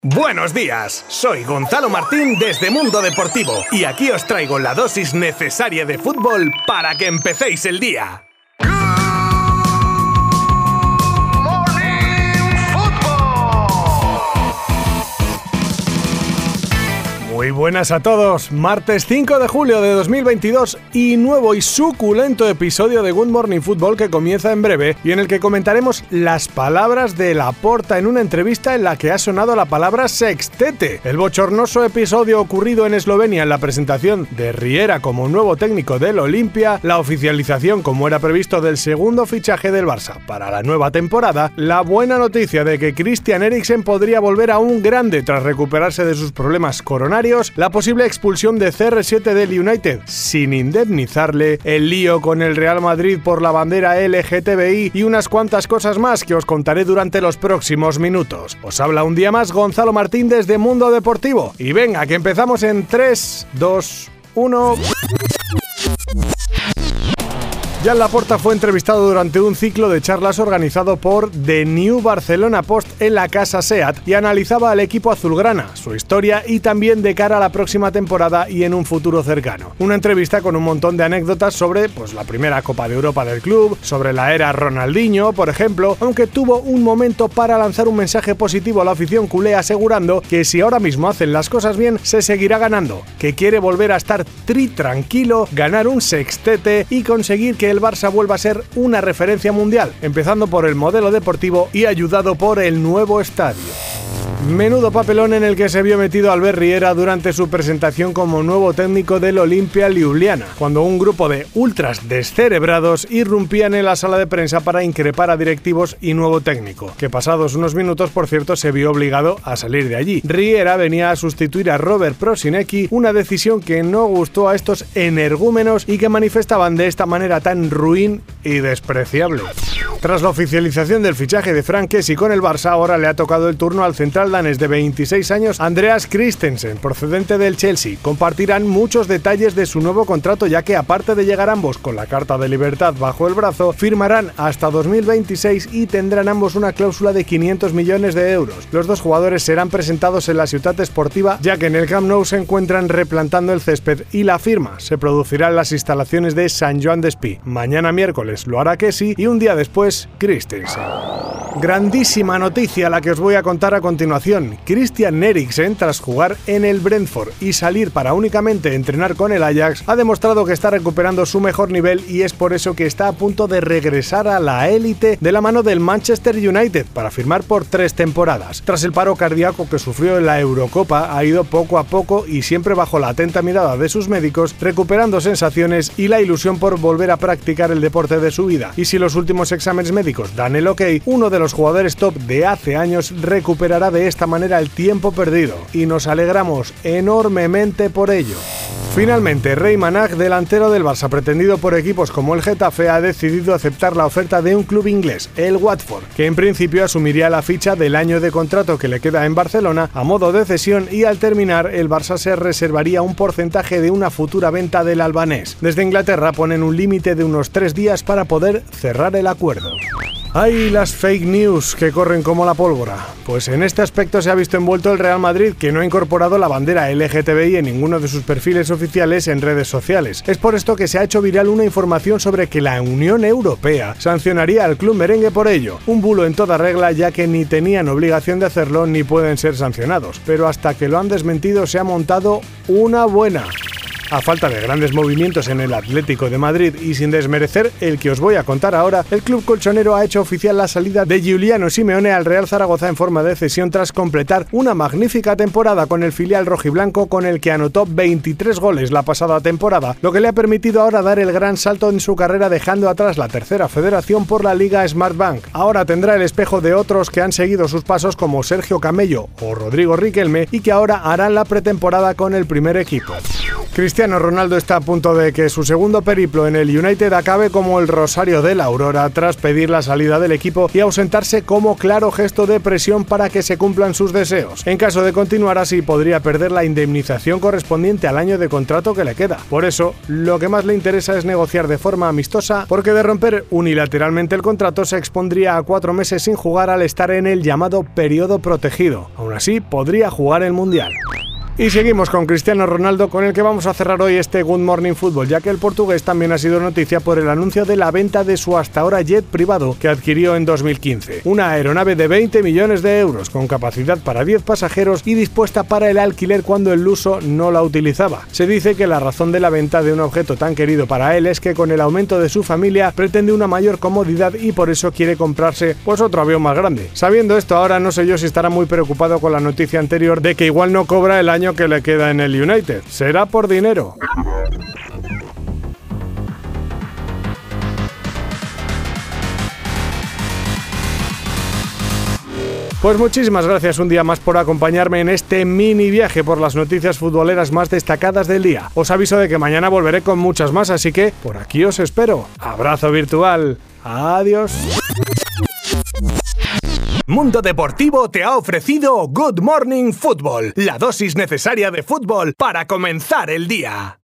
Buenos días, soy Gonzalo Martín desde Mundo Deportivo y aquí os traigo la dosis necesaria de fútbol para que empecéis el día. Muy buenas a todos, martes 5 de julio de 2022 y nuevo y suculento episodio de Good Morning Football que comienza en breve y en el que comentaremos las palabras de Laporta en una entrevista en la que ha sonado la palabra sextete, el bochornoso episodio ocurrido en Eslovenia en la presentación de Riera como nuevo técnico del Olimpia, la oficialización como era previsto del segundo fichaje del Barça para la nueva temporada, la buena noticia de que Christian Eriksen podría volver a un grande tras recuperarse de sus problemas coronarios, la posible expulsión de CR7 del United sin indemnizarle, el lío con el Real Madrid por la bandera LGTBI y unas cuantas cosas más que os contaré durante los próximos minutos. Os habla un día más Gonzalo Martín desde Mundo Deportivo y venga que empezamos en 3, 2, 1... Jan Laporta fue entrevistado durante un ciclo de charlas organizado por The New Barcelona Post en la Casa SEAT y analizaba al equipo azulgrana, su historia y también de cara a la próxima temporada y en un futuro cercano. Una entrevista con un montón de anécdotas sobre la primera Copa de Europa del club, sobre la era Ronaldinho, por ejemplo, aunque tuvo un momento para lanzar un mensaje positivo a la afición culé asegurando que si ahora mismo hacen las cosas bien, se seguirá ganando, que quiere volver a estar tranquilo, ganar un sextete y conseguir que el Barça vuelva a ser una referencia mundial, empezando por el modelo deportivo y ayudado por el nuevo estadio. Menudo papelón en el que se vio metido Albert Riera durante su presentación como nuevo técnico del Olimpia Ljubljana, cuando un grupo de ultras descerebrados irrumpían en la sala de prensa para increpar a directivos y nuevo técnico, que pasados unos minutos, por cierto, se vio obligado a salir de allí. Riera venía a sustituir a Robert Prosinecki, una decisión que no gustó a estos energúmenos y que manifestaban de esta manera tan ruin y despreciable. Tras la oficialización del fichaje de Frank Kessie con el Barça, ahora le ha tocado el turno al central danés de 26 años, Andreas Christensen, procedente del Chelsea. Compartirán muchos detalles de su nuevo contrato, ya que aparte de llegar ambos con la carta de libertad bajo el brazo, firmarán hasta 2026 y tendrán ambos una cláusula de 500 millones de euros. Los dos jugadores serán presentados en la Ciutat Esportiva, ya que en el Camp Nou se encuentran replantando el césped y la firma se producirá en las instalaciones de Sant Joan d'Espí. Mañana miércoles lo hará Kessie y un día después Christensen. Grandísima noticia la que os voy a contar a continuación. Christian Eriksen, tras jugar en el Brentford y salir para únicamente entrenar con el Ajax, ha demostrado que está recuperando su mejor nivel y es por eso que está a punto de regresar a la élite de la mano del Manchester United para firmar por 3 temporadas. Tras el paro cardíaco que sufrió en la Eurocopa, ha ido poco a poco y siempre bajo la atenta mirada de sus médicos, recuperando sensaciones y la ilusión por volver a practicar el deporte de su vida. Y si los últimos exámenes médicos dan el ok, uno de los jugadores top de hace años recuperará de esta manera el tiempo perdido y nos alegramos enormemente por ello. Finalmente, Rey Manac, delantero del Barça pretendido por equipos como el Getafe, ha decidido aceptar la oferta de un club inglés, el Watford, que en principio asumiría la ficha del año de contrato que le queda en Barcelona a modo de cesión y al terminar el Barça se reservaría un porcentaje de una futura venta del albanés. Desde Inglaterra ponen un límite de unos 3 días para poder cerrar el acuerdo. ¡Ay, las fake news que corren como la pólvora! Pues en este aspecto se ha visto envuelto el Real Madrid, que no ha incorporado la bandera LGTBI en ninguno de sus perfiles oficiales en redes sociales. Es por esto que se ha hecho viral una información sobre que la Unión Europea sancionaría al club merengue por ello. Un bulo en toda regla, ya que ni tenían obligación de hacerlo ni pueden ser sancionados. Pero hasta que lo han desmentido se ha montado una buena. A falta de grandes movimientos en el Atlético de Madrid y sin desmerecer el que os voy a contar ahora, el club colchonero ha hecho oficial la salida de Giuliano Simeone al Real Zaragoza en forma de cesión tras completar una magnífica temporada con el filial rojiblanco, con el que anotó 23 goles la pasada temporada, lo que le ha permitido ahora dar el gran salto en su carrera dejando atrás la tercera federación por la Liga Smartbank. Ahora tendrá el espejo de otros que han seguido sus pasos como Sergio Camello o Rodrigo Riquelme y que ahora harán la pretemporada con el primer equipo. Cristiano Cristiano Ronaldo está a punto de que su segundo periplo en el United acabe como el Rosario de la Aurora tras pedir la salida del equipo y ausentarse como claro gesto de presión para que se cumplan sus deseos. En caso de continuar así, podría perder la indemnización correspondiente al año de contrato que le queda. Por eso, lo que más le interesa es negociar de forma amistosa, porque de romper unilateralmente el contrato se expondría a 4 meses sin jugar al estar en el llamado periodo protegido. Aún así, podría jugar el Mundial. Y seguimos con Cristiano Ronaldo, con el que vamos a cerrar hoy este Good Morning Football, ya que el portugués también ha sido noticia por el anuncio de la venta de su hasta ahora jet privado que adquirió en 2015. Una aeronave de 20 millones de euros, con capacidad para 10 pasajeros y dispuesta para el alquiler cuando el luso no la utilizaba. Se dice que la razón de la venta de un objeto tan querido para él es que con el aumento de su familia pretende una mayor comodidad y por eso quiere comprarse otro avión más grande. Sabiendo esto ahora, no sé yo si estará muy preocupado con la noticia anterior de que igual no cobra el año que le queda en el United. ¿Será por dinero? Pues muchísimas gracias un día más por acompañarme en este mini viaje por las noticias futboleras más destacadas del día. Os aviso de que mañana volveré con muchas más, así que por aquí os espero. Abrazo virtual. Adiós. Mundo Deportivo te ha ofrecido Good Morning Football, la dosis necesaria de fútbol para comenzar el día.